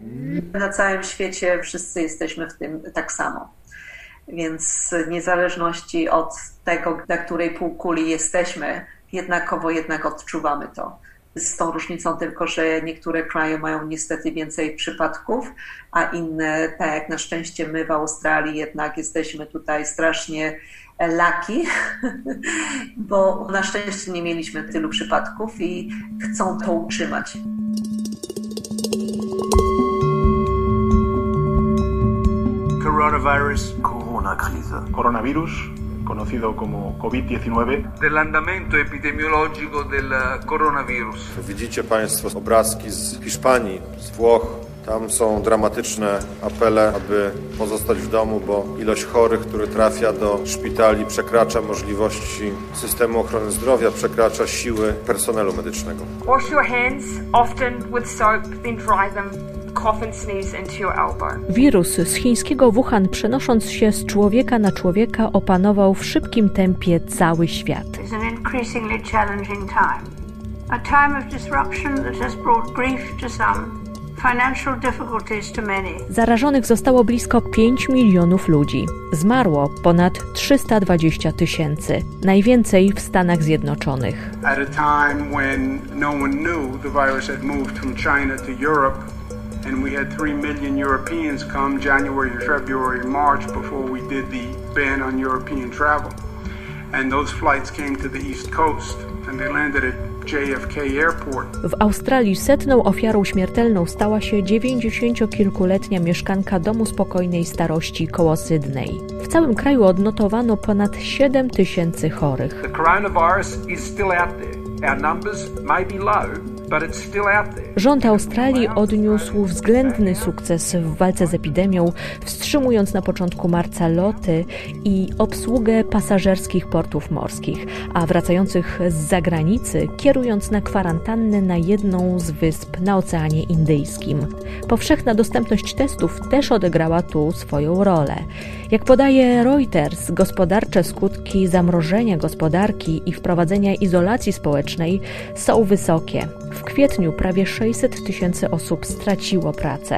Na całym świecie wszyscy jesteśmy w tym tak samo. Więc w niezależności od tego, na której półkuli jesteśmy, jednakowo jednak odczuwamy to. Z tą różnicą tylko, że niektóre kraje mają niestety więcej przypadków, a inne, tak jak na szczęście my w Australii, jednak jesteśmy tutaj strasznie lucky, bo na szczęście nie mieliśmy tylu przypadków i chcą to utrzymać. Coronavirus, conocido como COVID-19. Dell'andamento epidemiologico del coronavirus. Widzicie Państwo obrazki z Hiszpanii, z Włoch. Tam są dramatyczne apele, aby pozostać w domu, bo ilość chorych, który trafia do szpitali, przekracza możliwości systemu ochrony zdrowia, przekracza siły personelu medycznego. Wash your hands often with soap, then dry them. Cough and sneeze into your elbow. Wirus z chińskiego Wuhan, przenosząc się z człowieka na człowieka, opanował w szybkim tempie cały świat. It's an increasingly challenging time. A time of disruption that has brought grief to some, financial difficulties to many. Zarażonych zostało blisko 5 milionów ludzi. Zmarło ponad 320 000. Najwięcej w Stanach Zjednoczonych. At a time when no one knew the virus had moved from China to Europe. And we had 3 million Europeans come January, February, March before we did the ban on European travel. And those flights came to the East Coast and they landed at JFK Airport. W Australii setną ofiarą śmiertelną stała się 90-kilkuletnia mieszkanka domu spokojnej starości koło Sydney. W całym kraju odnotowano ponad 7 000 chorych. The coronavirus is still out there. Our numbers may be low. Rząd Australii odniósł względny sukces w walce z epidemią, wstrzymując na początku marca loty i obsługę pasażerskich portów morskich, a wracających z zagranicy kierując na kwarantannę na jedną z wysp na Oceanie Indyjskim. Powszechna dostępność testów też odegrała tu swoją rolę. Jak podaje Reuters, gospodarcze skutki zamrożenia gospodarki i wprowadzenia izolacji społecznej są wysokie. W kwietniu prawie 600 000 osób straciło pracę.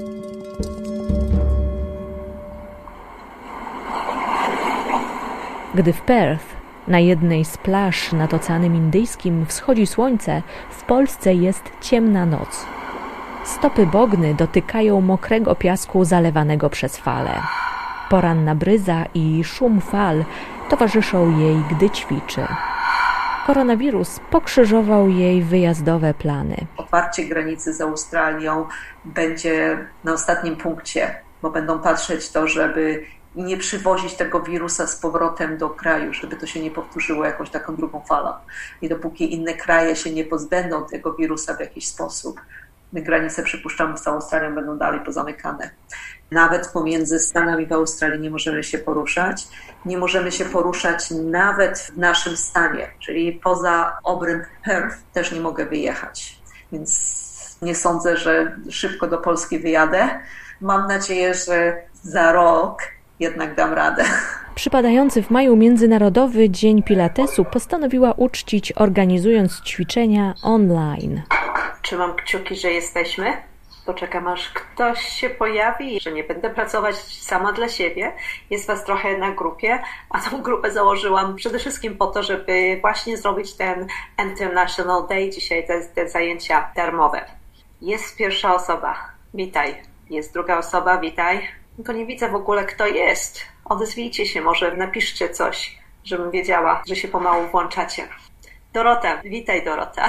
Gdy w Perth, na jednej z plaż nad Oceanem Indyjskim, wschodzi słońce, w Polsce jest ciemna noc. Stopy Bogny dotykają mokrego piasku zalewanego przez fale. Poranna bryza i szum fal towarzyszą jej, gdy ćwiczy. Koronawirus pokrzyżował jej wyjazdowe plany. Otwarcie granicy z Australią będzie na ostatnim punkcie, bo będą patrzeć to, żeby nie przywozić tego wirusa z powrotem do kraju, żeby to się nie powtórzyło jakąś taką drugą falą. I dopóki inne kraje się nie pozbędą tego wirusa w jakiś sposób, granice, przypuszczam, z Australią będą dalej pozamykane. Nawet pomiędzy Stanami w Australii nie możemy się poruszać. Nie możemy się poruszać nawet w naszym stanie, czyli poza obręb Perth też nie mogę wyjechać. Więc nie sądzę, że szybko do Polski wyjadę. Mam nadzieję, że za rok jednak dam radę. Przypadający w maju Międzynarodowy Dzień Pilatesu postanowiła uczcić, organizując ćwiczenia online. Trzymam kciuki, że jesteśmy. Poczekam, aż ktoś się pojawi, że nie będę pracować sama dla siebie. Jest was trochę na grupie, a tą grupę założyłam przede wszystkim po to, żeby właśnie zrobić ten International Day, dzisiaj te zajęcia darmowe. Jest pierwsza osoba, witaj. Jest druga osoba, witaj. Tylko nie widzę w ogóle, kto jest. Odezwijcie się, może napiszcie coś, żebym wiedziała, że się pomału włączacie. Dorota, witaj Dorota.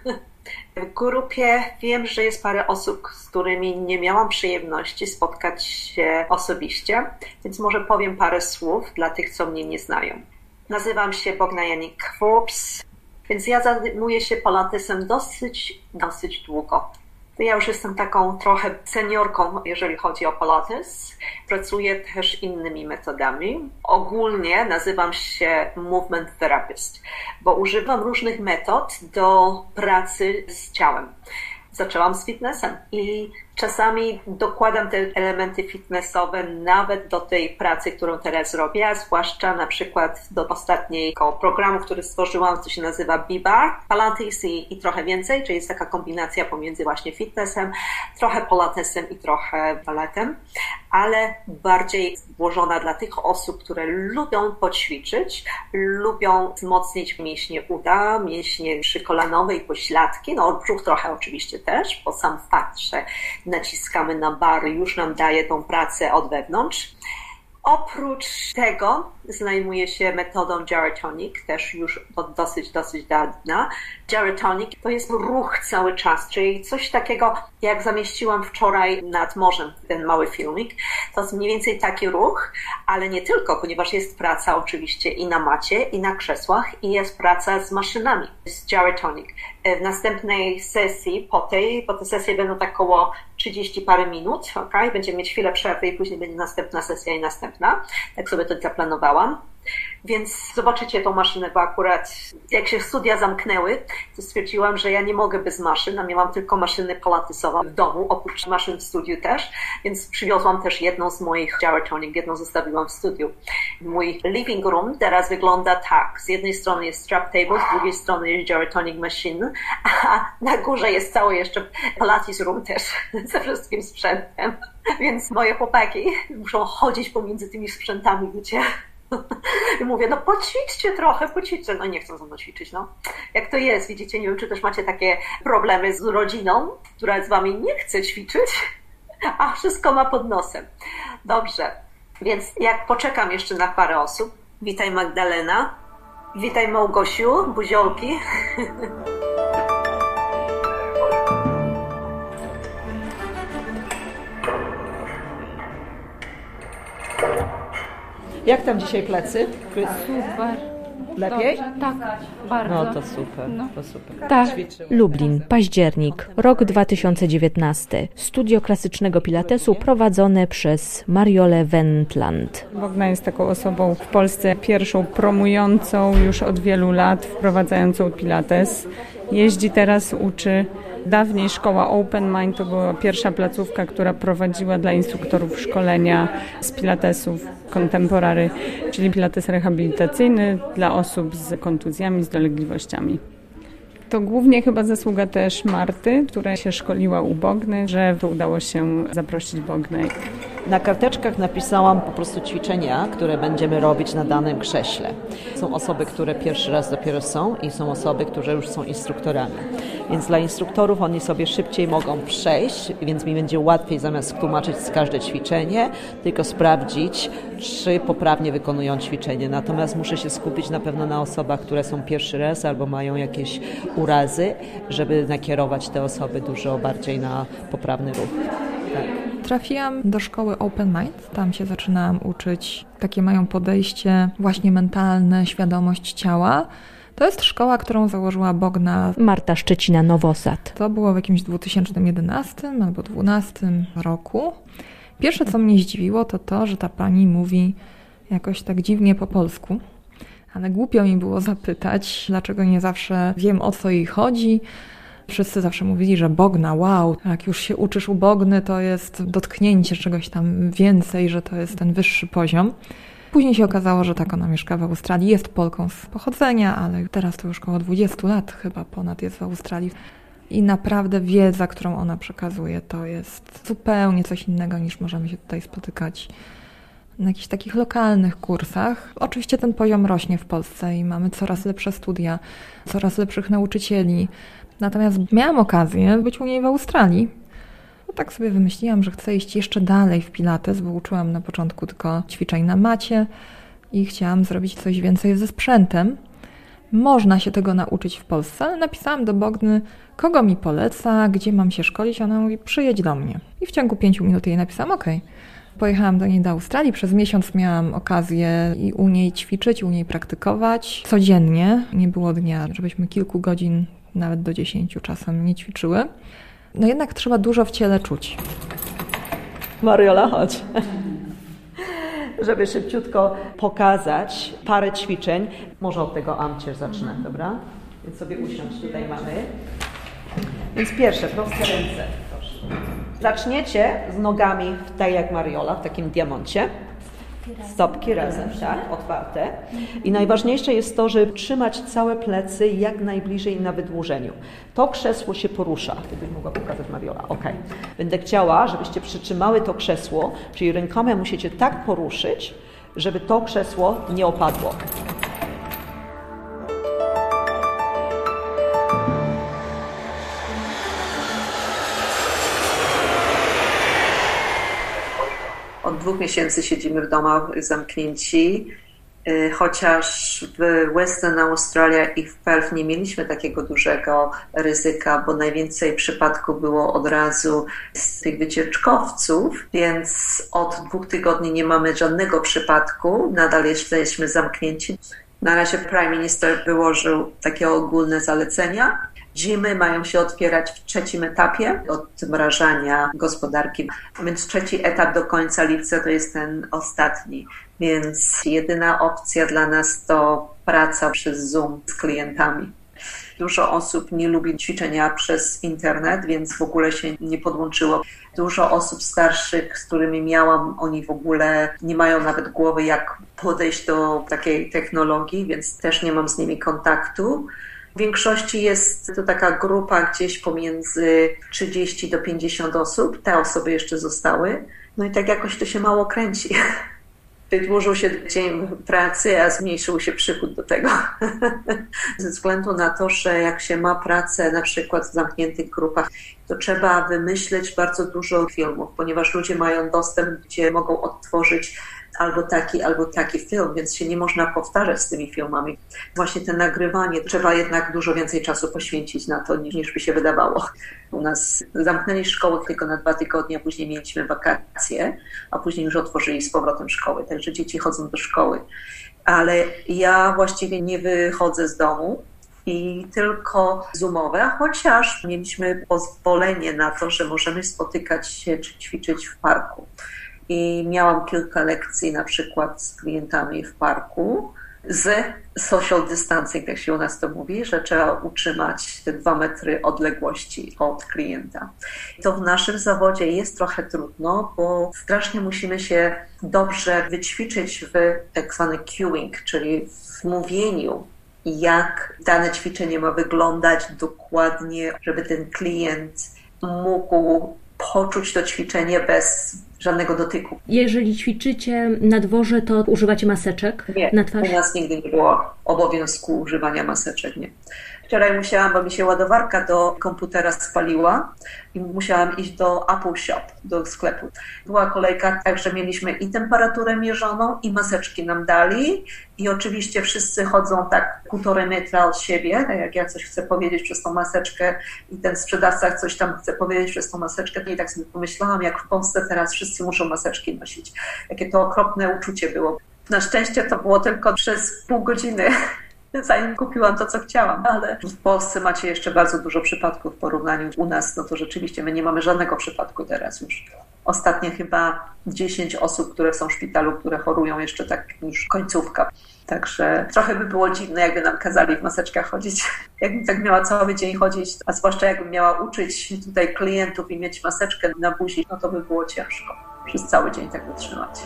W grupie wiem, że jest parę osób, z którymi nie miałam przyjemności spotkać się osobiście, więc może powiem parę słów dla tych, co mnie nie znają. Nazywam się Bogna Janik-Forbes, więc ja zajmuję się pilatesem dosyć długo. Ja już jestem taką trochę seniorką, jeżeli chodzi o pilates. Pracuję też innymi metodami. Ogólnie nazywam się movement therapist, bo używam różnych metod do pracy z ciałem. Zaczęłam z fitnessem i Czasami dokładam te elementy fitnessowe nawet do tej pracy, którą teraz robię, a zwłaszcza na przykład do ostatniego programu, który stworzyłam, co się nazywa B-Bar, Pilates i trochę więcej, czyli jest taka kombinacja pomiędzy właśnie fitnessem, trochę pilatesem i trochę baletem, ale bardziej włożona dla tych osób, które lubią poćwiczyć, lubią wzmocnić mięśnie uda, mięśnie przykolanowe i pośladki, brzuch trochę oczywiście też, bo sam fakt, że naciskamy na bary już nam daje tą pracę od wewnątrz. Oprócz tego zajmuję się metodą gyrotonic, też już od dosyć dawna. Gyrotonic to jest ruch cały czas, czyli coś takiego, jak zamieściłam wczoraj nad morzem ten mały filmik, to jest mniej więcej taki ruch, ale nie tylko, ponieważ jest praca oczywiście i na macie, i na krzesłach, i jest praca z maszynami, z gyrotonic. W następnej sesji, po tej sesji będą tak około 30 parę minut, okay? Będziemy mieć chwilę przerwy i później będzie następna sesja i następna. Tak sobie to zaplanowałam. Więc zobaczycie tą maszynę, bo akurat jak się studia zamknęły, to stwierdziłam, że ja nie mogę bez maszyn, a miałam tylko maszyny pilatesową w domu, oprócz maszyn w studiu też, więc przywiozłam też jedną z moich gyrotonic, jedną zostawiłam w studiu. Mój living room teraz wygląda tak. Z jednej strony jest strap table, z drugiej strony jest gyrotonic machine, a na górze jest cały jeszcze Pilates room też, ze wszystkim sprzętem. Więc moje chłopaki muszą chodzić pomiędzy tymi sprzętami, wiecie. I mówię, poćwiczcie trochę. Nie chcą ze mną ćwiczyć, Jak to jest, widzicie, nie wiem, czy też macie takie problemy z rodziną, która z wami nie chce ćwiczyć, a wszystko ma pod nosem. Dobrze, więc jak poczekam jeszcze na parę osób. Witaj Magdalena, witaj Małgosiu, buziolki. Jak tam dzisiaj plecy? Super. Lepiej? Dobrze, tak, bardzo. To super, to super. Tak. Lublin, październik, rok 2019. Studio klasycznego pilatesu prowadzone przez Mariolę Wendland. Bogna jest taką osobą w Polsce pierwszą promującą już od wielu lat, wprowadzającą pilates. Jeździ teraz, uczy. Dawniej szkoła Open Mind to była pierwsza placówka, która prowadziła dla instruktorów szkolenia z pilatesów contemporary, czyli pilates rehabilitacyjny dla osób z kontuzjami, z dolegliwościami. To głównie chyba zasługa też Marty, która się szkoliła u Bogny, że to udało się zaprosić Bognę. Na karteczkach napisałam po prostu ćwiczenia, które będziemy robić na danym krześle. Są osoby, które pierwszy raz dopiero są i są osoby, które już są instruktorami. Więc dla instruktorów oni sobie szybciej mogą przejść, więc mi będzie łatwiej zamiast tłumaczyć każde ćwiczenie, tylko sprawdzić, czy poprawnie wykonują ćwiczenie. Natomiast muszę się skupić na pewno na osobach, które są pierwszy raz albo mają jakieś urazy, żeby nakierować te osoby dużo bardziej na poprawny ruch. Tak. Trafiłam do szkoły Open Mind, tam się zaczynałam uczyć. Takie mają podejście właśnie mentalne, świadomość ciała. To jest szkoła, którą założyła Bogna Marta Szczecina-Nowosad. To było w jakimś 2011 albo 2012 roku. Pierwsze, co mnie zdziwiło, to to, że ta pani mówi jakoś tak dziwnie po polsku. Ale głupio mi było zapytać, dlaczego nie zawsze wiem, o co jej chodzi. Wszyscy zawsze mówili, że Bogna, wow, jak już się uczysz u Bogny, to jest dotknięcie czegoś tam więcej, że to jest ten wyższy poziom. Później się okazało, że tak, ona mieszka w Australii, jest Polką z pochodzenia, ale teraz to już około 20 lat chyba ponad jest w Australii. I naprawdę wiedza, którą ona przekazuje, to jest zupełnie coś innego, niż możemy się tutaj spotykać na jakichś takich lokalnych kursach. Oczywiście ten poziom rośnie w Polsce i mamy coraz lepsze studia, coraz lepszych nauczycieli. Natomiast miałam okazję być u niej w Australii. Tak sobie wymyśliłam, że chcę iść jeszcze dalej w pilates, bo uczyłam na początku tylko ćwiczeń na macie i chciałam zrobić coś więcej ze sprzętem. Można się tego nauczyć w Polsce, ale napisałam do Bogny, kogo mi poleca, gdzie mam się szkolić. Ona mówi, przyjedź do mnie. I w ciągu 5 minut jej napisałam, okej. Pojechałam do niej do Australii, przez miesiąc miałam okazję i u niej ćwiczyć, u niej praktykować codziennie. Nie było dnia, żebyśmy kilku godzin, nawet do 10 czasem nie ćwiczyły. No jednak trzeba dużo w ciele czuć. Mariola, chodź. Żeby szybciutko pokazać parę ćwiczeń. Może od tego armchair zacznę, dobra? Więc sobie usiądź, tutaj mamy. Więc pierwsze, proste ręce. Proszę. Zaczniecie z nogami tak jak Mariola, w takim diamoncie. Stopki razem, tak, otwarte. I najważniejsze jest to, żeby trzymać całe plecy jak najbliżej na wydłużeniu. To krzesło się porusza. Gdybyś mogła pokazać, Mariola. Ok. Będę chciała, żebyście przytrzymały to krzesło, czyli rękoma musicie tak poruszyć, żeby to krzesło nie opadło. Od 2 miesięcy siedzimy w domach zamknięci, chociaż w Western Australia i w Perth nie mieliśmy takiego dużego ryzyka, bo najwięcej przypadków było od razu z tych wycieczkowców, więc od 2 tygodni nie mamy żadnego przypadku, nadal jesteśmy zamknięci. Na razie Prime Minister wyłożył takie ogólne zalecenia. Gymy mają się otwierać w 3. etapie odmrażania gospodarki, więc 3. etap do końca lipca to jest ten ostatni. Więc jedyna opcja dla nas to praca przez Zoom z klientami. Dużo osób nie lubi ćwiczenia przez internet, więc w ogóle się nie podłączyło. Dużo osób starszych, z którymi miałam, oni w ogóle nie mają nawet głowy, jak podejść do takiej technologii, więc też nie mam z nimi kontaktu. W większości jest to taka grupa gdzieś pomiędzy 30 do 50 osób. Te osoby jeszcze zostały. No i tak jakoś to się mało kręci. Wydłużył się dzień pracy, a zmniejszył się przychód do tego. Ze względu na to, że jak się ma pracę na przykład w zamkniętych grupach, to trzeba wymyśleć bardzo dużo filmów, ponieważ ludzie mają dostęp, gdzie mogą odtworzyć albo taki film, więc się nie można powtarzać z tymi filmami. Właśnie to nagrywanie, trzeba jednak dużo więcej czasu poświęcić na to, niż by się wydawało. U nas zamknęli szkoły tylko na 2 tygodnie, a później mieliśmy wakacje, a później już otworzyli z powrotem szkoły, także dzieci chodzą do szkoły. Ale ja właściwie nie wychodzę z domu i tylko zoomowe, chociaż mieliśmy pozwolenie na to, że możemy spotykać się czy ćwiczyć w parku. I miałam kilka lekcji na przykład z klientami w parku z social distancing, jak się u nas to mówi, że trzeba utrzymać te 2 metry odległości od klienta. To w naszym zawodzie jest trochę trudno, bo strasznie musimy się dobrze wyćwiczyć w tak zwany cueing, czyli w mówieniu, jak dane ćwiczenie ma wyglądać dokładnie, żeby ten klient mógł poczuć to ćwiczenie bez żadnego dotyku. Jeżeli ćwiczycie na dworze, to używacie maseczek na twarz? U nas nigdy nie było obowiązku używania maseczek, nie. Wczoraj musiałam, bo mi się ładowarka do komputera spaliła i musiałam iść do Apple Shop, do sklepu. Była kolejka, także mieliśmy i temperaturę mierzoną, i maseczki nam dali i oczywiście wszyscy chodzą tak 1,5 metra od siebie, tak jak ja coś chcę powiedzieć przez tą maseczkę i ten sprzedawca coś tam chce powiedzieć przez tą maseczkę. I tak sobie pomyślałam, jak w Polsce teraz wszyscy muszą maseczki nosić. Jakie to okropne uczucie było. Na szczęście to było tylko przez pół godziny, zanim kupiłam to, co chciałam, ale w Polsce macie jeszcze bardzo dużo przypadków w porównaniu u nas, no to rzeczywiście my nie mamy żadnego przypadku teraz już. Ostatnie chyba 10 osób, które są w szpitalu, które chorują jeszcze tak już końcówka. Także trochę by było dziwne, jakby nam kazali w maseczkach chodzić. Jakbym tak miała cały dzień chodzić, a zwłaszcza jakbym miała uczyć tutaj klientów i mieć maseczkę na buzi, no to by było ciężko przez cały dzień tak wytrzymać.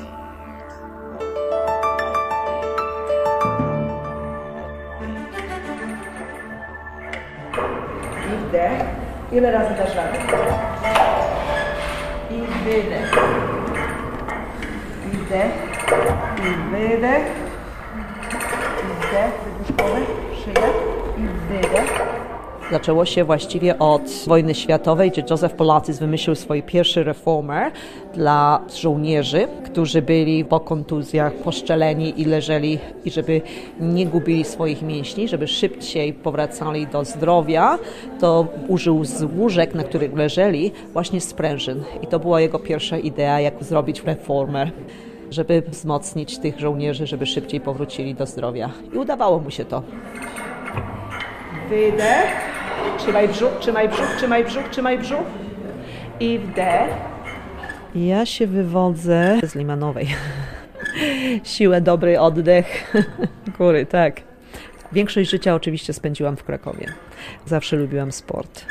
I wdech. Ile razy dasz radę? I wydech. I wdech. I wydech. I wdech. Wypuszczony. Szyję. I wydech. Zaczęło się właściwie od wojny światowej, gdzie Joseph Pilates wymyślił swój pierwszy reformer dla żołnierzy, którzy byli po kontuzjach poszczeleni i leżeli, i żeby nie gubili swoich mięśni, żeby szybciej powracali do zdrowia, to użył z łóżek, na których leżeli, właśnie sprężyn. I to była jego pierwsza idea, jak zrobić reformer, żeby wzmocnić tych żołnierzy, żeby szybciej powrócili do zdrowia. I udawało mu się to. Wydech. Trzymaj brzuch, trzymaj brzuch, trzymaj brzuch, trzymaj brzuch. I wdech. Ja się wywodzę z Limanowej. Siłę, dobry oddech. Góry, tak. Większość życia oczywiście spędziłam w Krakowie. Zawsze lubiłam sport.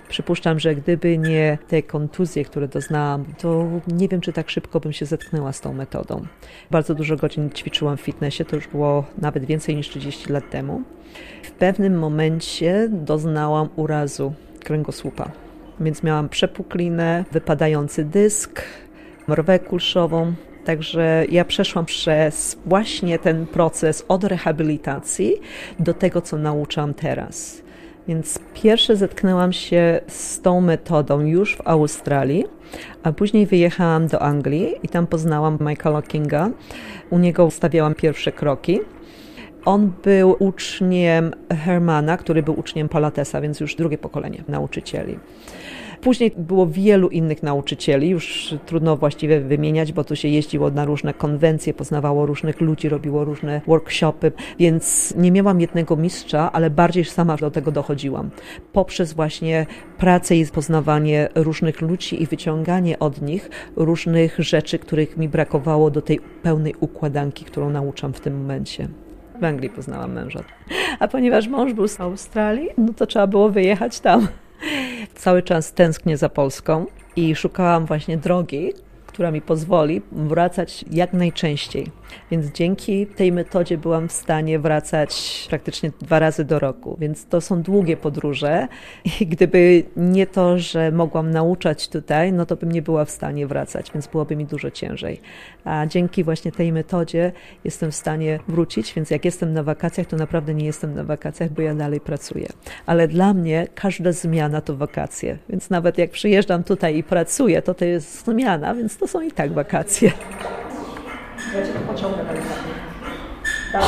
Przypuszczam, że gdyby nie te kontuzje, które doznałam, to nie wiem, czy tak szybko bym się zetknęła z tą metodą. Bardzo dużo godzin ćwiczyłam w fitnessie, to już było nawet więcej niż 30 lat temu. W pewnym momencie doznałam urazu kręgosłupa, więc miałam przepuklinę, wypadający dysk, mrwę kulszową. Także ja przeszłam przez właśnie ten proces od rehabilitacji do tego, co nauczam teraz. Więc pierwsze zetknęłam się z tą metodą już w Australii, a później wyjechałam do Anglii i tam poznałam Michaela Kinga. U niego stawiałam pierwsze kroki. On był uczniem Hermana, który był uczniem Pilatesa, więc już drugie pokolenie nauczycieli. Później było wielu innych nauczycieli, już trudno właściwie wymieniać, bo tu się jeździło na różne konwencje, poznawało różnych ludzi, robiło różne workshopy, więc nie miałam jednego mistrza, ale bardziej sama do tego dochodziłam. Poprzez właśnie pracę i poznawanie różnych ludzi i wyciąganie od nich różnych rzeczy, których mi brakowało do tej pełnej układanki, którą nauczam w tym momencie. W Anglii poznałam męża, a ponieważ mąż był z Australii, no to trzeba było wyjechać tam. Cały czas tęsknię za Polską i szukałam właśnie drogi, która mi pozwoli wracać jak najczęściej. Więc dzięki tej metodzie byłam w stanie wracać praktycznie 2 razy do roku. Więc to są długie podróże i gdyby nie to, że mogłam nauczać tutaj, no to bym nie była w stanie wracać, więc byłoby mi dużo ciężej. A dzięki właśnie tej metodzie jestem w stanie wrócić, więc jak jestem na wakacjach, to naprawdę nie jestem na wakacjach, bo ja dalej pracuję. Ale dla mnie każda zmiana to wakacje, więc nawet jak przyjeżdżam tutaj i pracuję, to jest zmiana, więc to są i tak wakacje. Ja cię to pociągnę delikatnie. Tak,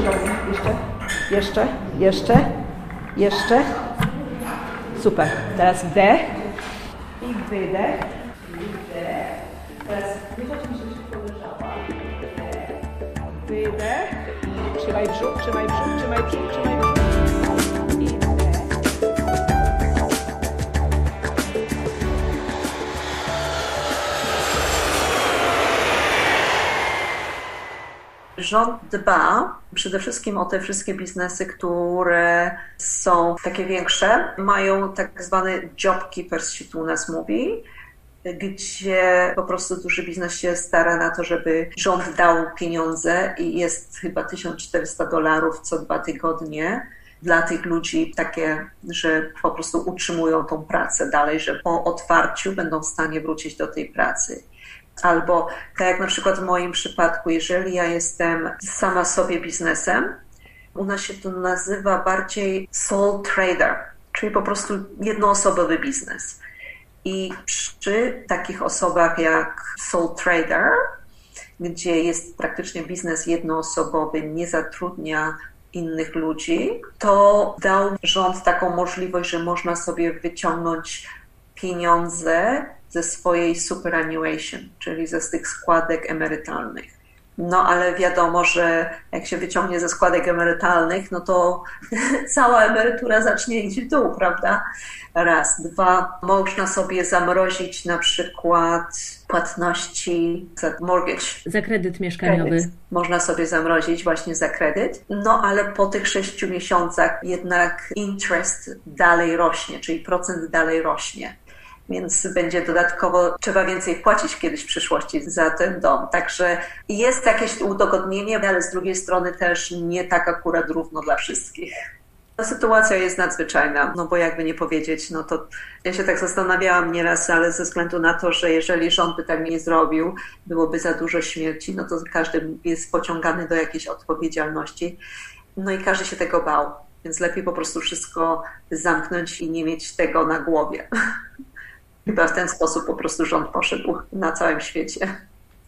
jeszcze. Super. Teraz wdech i wydech. Teraz nie chodzi mi, żebyś poleżała. Wydech. Trzymaj brzuch. I wdech. Rząd dba przede wszystkim o te wszystkie biznesy, które są takie większe. Mają tak zwany job keepers, się tu u nas mówi, gdzie po prostu duży biznes się stara na to, żeby rząd dał pieniądze i jest chyba $1400 co 2 tygodnie dla tych ludzi takie, że po prostu utrzymują tą pracę dalej, że po otwarciu będą w stanie wrócić do tej pracy. Albo tak jak na przykład w moim przypadku, jeżeli ja jestem sama sobie biznesem, u nas się to nazywa bardziej sole trader, czyli po prostu jednoosobowy biznes. I przy takich osobach jak sole trader, gdzie jest praktycznie biznes jednoosobowy, nie zatrudnia innych ludzi, to dał rząd taką możliwość, że można sobie wyciągnąć pieniądze ze swojej superannuation, czyli ze tych składek emerytalnych. No ale wiadomo, że jak się wyciągnie ze składek emerytalnych, no to cała emerytura zacznie iść w dół, prawda? Raz. 2, można sobie zamrozić na przykład płatności za mortgage. Za kredyt mieszkaniowy. Można sobie zamrozić właśnie za kredyt. No ale po tych 6 miesiącach jednak interest dalej rośnie, czyli procent dalej rośnie. Więc będzie dodatkowo trzeba więcej płacić kiedyś w przyszłości za ten dom. Także jest jakieś udogodnienie, ale z drugiej strony też nie tak akurat równo dla wszystkich. Ta sytuacja jest nadzwyczajna, no bo jakby nie powiedzieć, no to ja się tak zastanawiałam nieraz, ale ze względu na to, że jeżeli rząd by tak nie zrobił, byłoby za dużo śmierci, no to każdy jest pociągany do jakiejś odpowiedzialności. No i każdy się tego bał, więc lepiej po prostu wszystko zamknąć i nie mieć tego na głowie. Chyba w ten sposób po prostu rząd poszedł na całym świecie.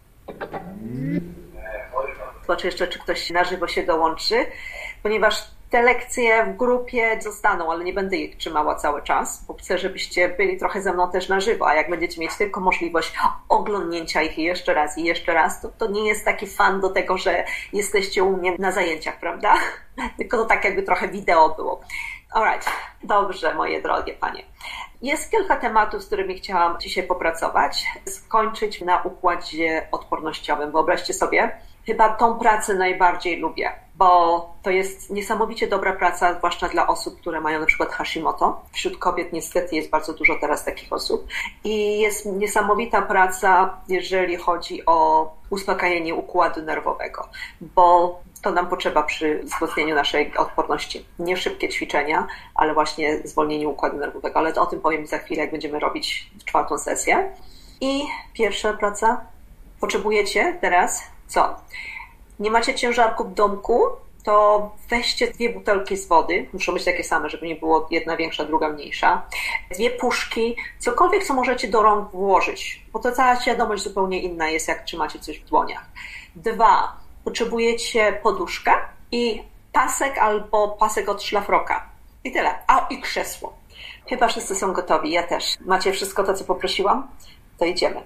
Zobaczę jeszcze, czy ktoś na żywo się dołączy, ponieważ te lekcje w grupie zostaną, ale nie będę ich trzymała cały czas, bo chcę, żebyście byli trochę ze mną też na żywo, a jak będziecie mieć tylko możliwość oglądnięcia ich i jeszcze raz, to nie jest taki fan do tego, że jesteście u mnie na zajęciach, prawda? Tylko to tak jakby trochę wideo było. Alright, dobrze, moje drogie panie. Jest kilka tematów, z którymi chciałam dzisiaj popracować. Skończyć na układzie odpornościowym. Wyobraźcie sobie, Chyba tą pracę najbardziej lubię, bo to jest niesamowicie dobra praca, zwłaszcza dla osób, które mają na przykład Hashimoto. Wśród kobiet niestety jest bardzo dużo teraz takich osób. I jest niesamowita praca, jeżeli chodzi o uspokajanie układu nerwowego, bo to nam potrzeba przy wzmocnieniu naszej odporności. Nie szybkie ćwiczenia, ale właśnie zwolnienie układu nerwowego. Ale to o tym powiem za chwilę, jak będziemy robić 4. sesję. I pierwsza praca. Potrzebujecie teraz co? Nie macie ciężarku w domku, to weźcie 2 butelki z wody. Muszą być takie same, żeby nie było jedna większa, druga mniejsza. 2 puszki, cokolwiek, co możecie do rąk włożyć, bo to cała świadomość zupełnie inna jest, jak trzymacie coś w dłoniach. 2. Potrzebujecie poduszkę i pasek albo pasek od szlafroka. I tyle. I krzesło. Chyba wszyscy są gotowi, ja też. Macie wszystko to, co poprosiłam? To idziemy.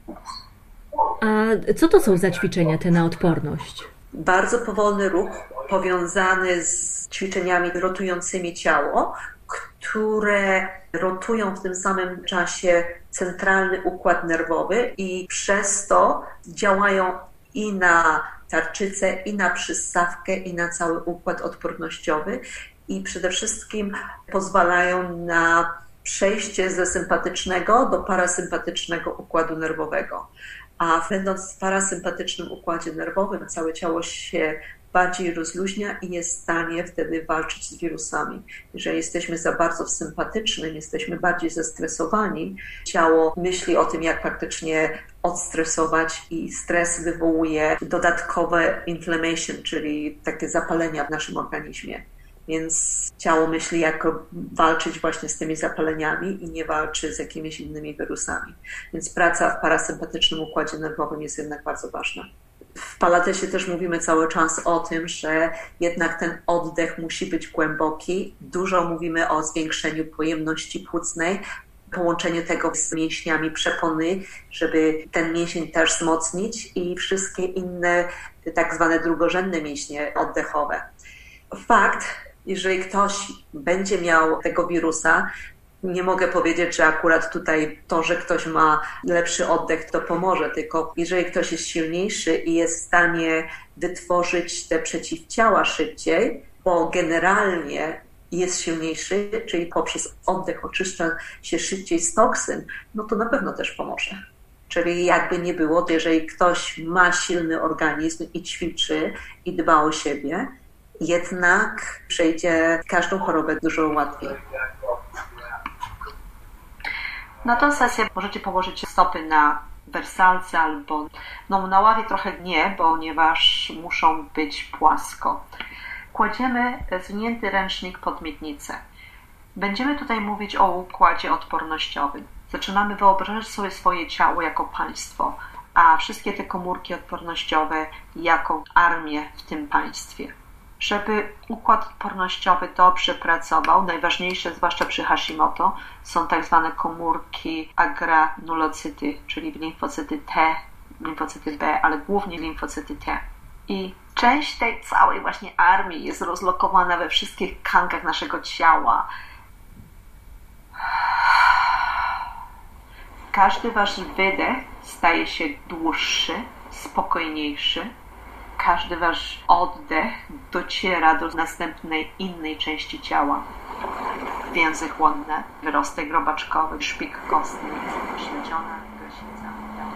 A co to są za ćwiczenia te na odporność? Bardzo powolny ruch powiązany z ćwiczeniami rotującymi ciało, które rotują w tym samym czasie centralny układ nerwowy i przez to działają i na tarczycę, i na przyssawkę, i na cały układ odpornościowy i przede wszystkim pozwalają na przejście ze sympatycznego do parasympatycznego układu nerwowego. A będąc w parasympatycznym układzie nerwowym, całe ciało się bardziej rozluźnia i jest w stanie wtedy walczyć z wirusami. Jeżeli jesteśmy za bardzo w sympatycznym, jesteśmy bardziej zestresowani, ciało myśli o tym, jak praktycznie odstresować i stres wywołuje dodatkowe inflammation, czyli takie zapalenia w naszym organizmie. Więc ciało myśli, jak walczyć właśnie z tymi zapaleniami i nie walczy z jakimiś innymi wirusami. Więc praca w parasympatycznym układzie nerwowym jest jednak bardzo ważna. W Pilatesie też mówimy cały czas o tym, że jednak ten oddech musi być głęboki. Dużo mówimy o zwiększeniu pojemności płucnej, połączeniu tego z mięśniami przepony, żeby ten mięsień też wzmocnić i wszystkie inne tak zwane drugorzędne mięśnie oddechowe. Fakt, jeżeli ktoś będzie miał tego wirusa, nie mogę powiedzieć, że akurat tutaj to, że ktoś ma lepszy oddech, to pomoże, tylko jeżeli ktoś jest silniejszy i jest w stanie wytworzyć te przeciwciała szybciej, bo generalnie jest silniejszy, czyli poprzez oddech oczyszcza się szybciej z toksyn, no to na pewno też pomoże. Czyli jakby nie było, to jeżeli ktoś ma silny organizm i ćwiczy i dba o siebie, jednak przejdzie każdą chorobę dużo łatwiej. Na tę sesję możecie położyć stopy na wersalce albo na ławie trochę nie, ponieważ muszą być płasko. Kładziemy zwinięty ręcznik pod miednicę. Będziemy tutaj mówić o układzie odpornościowym. Zaczynamy wyobrażać sobie swoje ciało jako państwo, a wszystkie te komórki odpornościowe jako armię w tym państwie. Żeby układ odpornościowy dobrze pracował, najważniejsze, zwłaszcza przy Hashimoto, są tak zwane komórki agranulocyty, czyli limfocyty T, limfocyty B, ale głównie limfocyty T. I część tej całej właśnie armii jest rozlokowana we wszystkich tkankach naszego ciała. Każdy wasz wydech staje się dłuższy, spokojniejszy. Każdy wasz oddech dociera do następnej innej części ciała. Więzy chłonne, wyrostek robaczkowy, szpik kostny, śledziona grosica.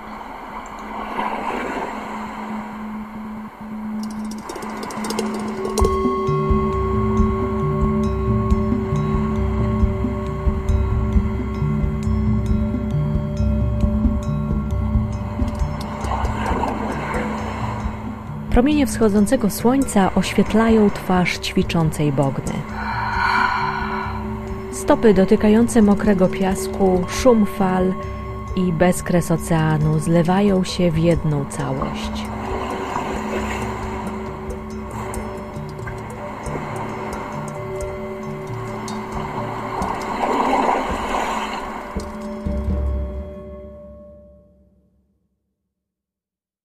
Promienie wschodzącego słońca oświetlają twarz ćwiczącej Bogny. Stopy dotykające mokrego piasku, szum fal i bezkres oceanu zlewają się w jedną całość.